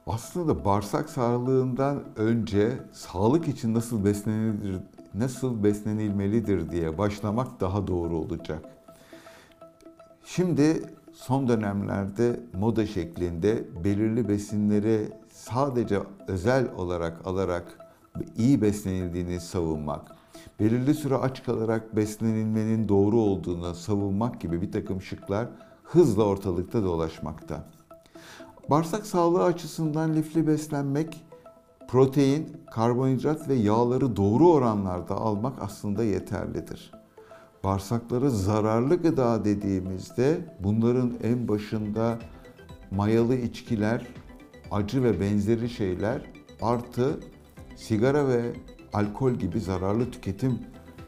Aslında bağırsak sağlığından önce sağlık için nasıl beslenilmelidir diye başlamak daha doğru olacak. Şimdi son dönemlerde moda şeklinde belirli besinleri sadece özel olarak alarak iyi beslenildiğini savunmak, belirli süre aç kalarak beslenilmenin doğru olduğunu savunmak gibi bir takım şıklar hızla ortalıkta dolaşmakta. Bağırsak sağlığı açısından lifli beslenmek, protein, karbonhidrat ve yağları doğru oranlarda almak aslında yeterlidir. Bağırsaklara zararlı gıda dediğimizde bunların en başında mayalı içkiler, acı ve benzeri şeyler artı sigara ve alkol gibi zararlı tüketim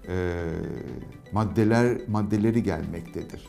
maddeleri gelmektedir.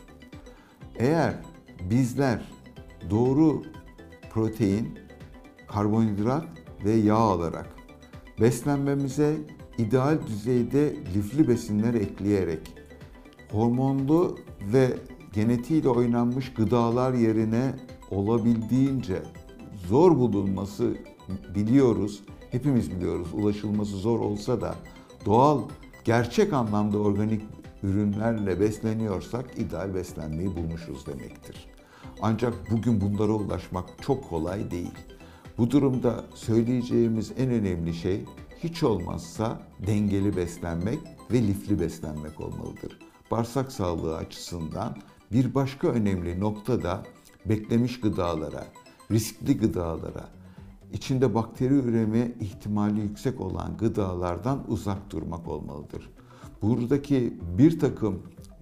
Eğer bizler doğru protein, karbonhidrat ve yağ alarak beslenmemize ideal düzeyde lifli besinler ekleyerek hormonlu ve genetiğiyle oynanmış gıdalar yerine olabildiğince zor bulunması biliyoruz. Hepimiz biliyoruz. Ulaşılması zor olsa da doğal, gerçek anlamda organik ürünlerle besleniyorsak ideal beslenmeyi bulmuşuz demektir. Ancak bugün bunlara ulaşmak çok kolay değil. Bu durumda söyleyeceğimiz en önemli şey hiç olmazsa dengeli beslenmek ve lifli beslenmek olmalıdır. Bağırsak sağlığı açısından bir başka önemli nokta da beklemiş gıdalara, riskli gıdalara, içinde bakteri üreme ihtimali yüksek olan gıdalardan uzak durmak olmalıdır. Buradaki bir takım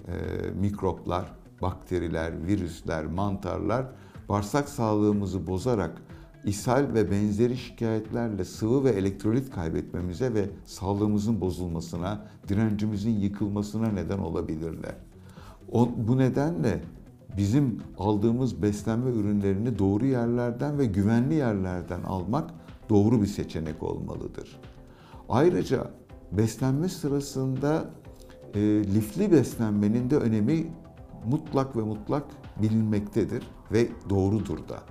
mikroplar, bakteriler, virüsler, mantarlar bağırsak sağlığımızı bozarak ishal ve benzeri şikayetlerle sıvı ve elektrolit kaybetmemize ve sağlığımızın bozulmasına, direncimizin yıkılmasına neden olabilirler. Bu nedenle bizim aldığımız beslenme ürünlerini doğru yerlerden ve güvenli yerlerden almak doğru bir seçenek olmalıdır. Ayrıca beslenme sırasında lifli beslenmenin de önemi mutlak bilinmektedir ve doğrudur da.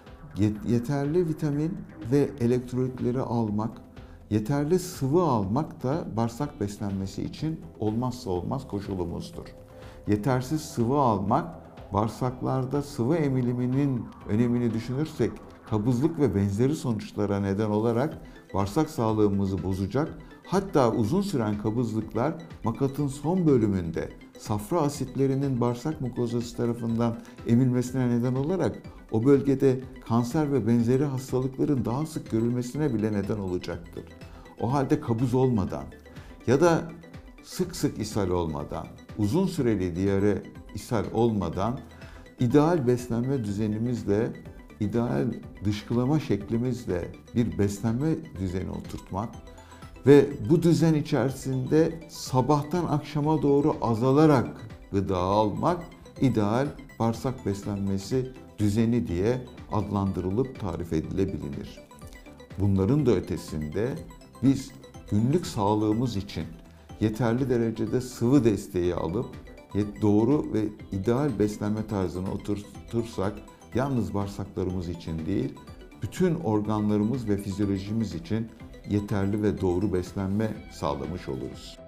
Yeterli vitamin ve elektrolitleri almak, yeterli sıvı almak da bağırsak beslenmesi için olmazsa olmaz koşulumuzdur. Yetersiz sıvı almak, bağırsaklarda sıvı emiliminin önemini düşünürsek kabızlık ve benzeri sonuçlara neden olarak bağırsak sağlığımızı bozacak, hatta uzun süren kabızlıklar makatın son bölümünde safra asitlerinin bağırsak mukozası tarafından emilmesine neden olarak o bölgede kanser ve benzeri hastalıkların daha sık görülmesine bile neden olacaktır. O halde kabız olmadan ya da sık sık ishal olmadan, uzun süreli diyare ishal olmadan ideal beslenme düzenimizle, ideal dışkılama şeklimizle bir beslenme düzeni oturtmak ve bu düzen içerisinde sabahtan akşama doğru azalarak gıda almak ideal bağırsak beslenmesi düzeni diye adlandırılıp tarif edilebilir. Bunların da ötesinde biz günlük sağlığımız için yeterli derecede sıvı desteği alıp doğru ve ideal beslenme tarzını oturtursak yalnız bağırsaklarımız için değil, bütün organlarımız ve fizyolojimiz için yeterli ve doğru beslenme sağlamış oluruz.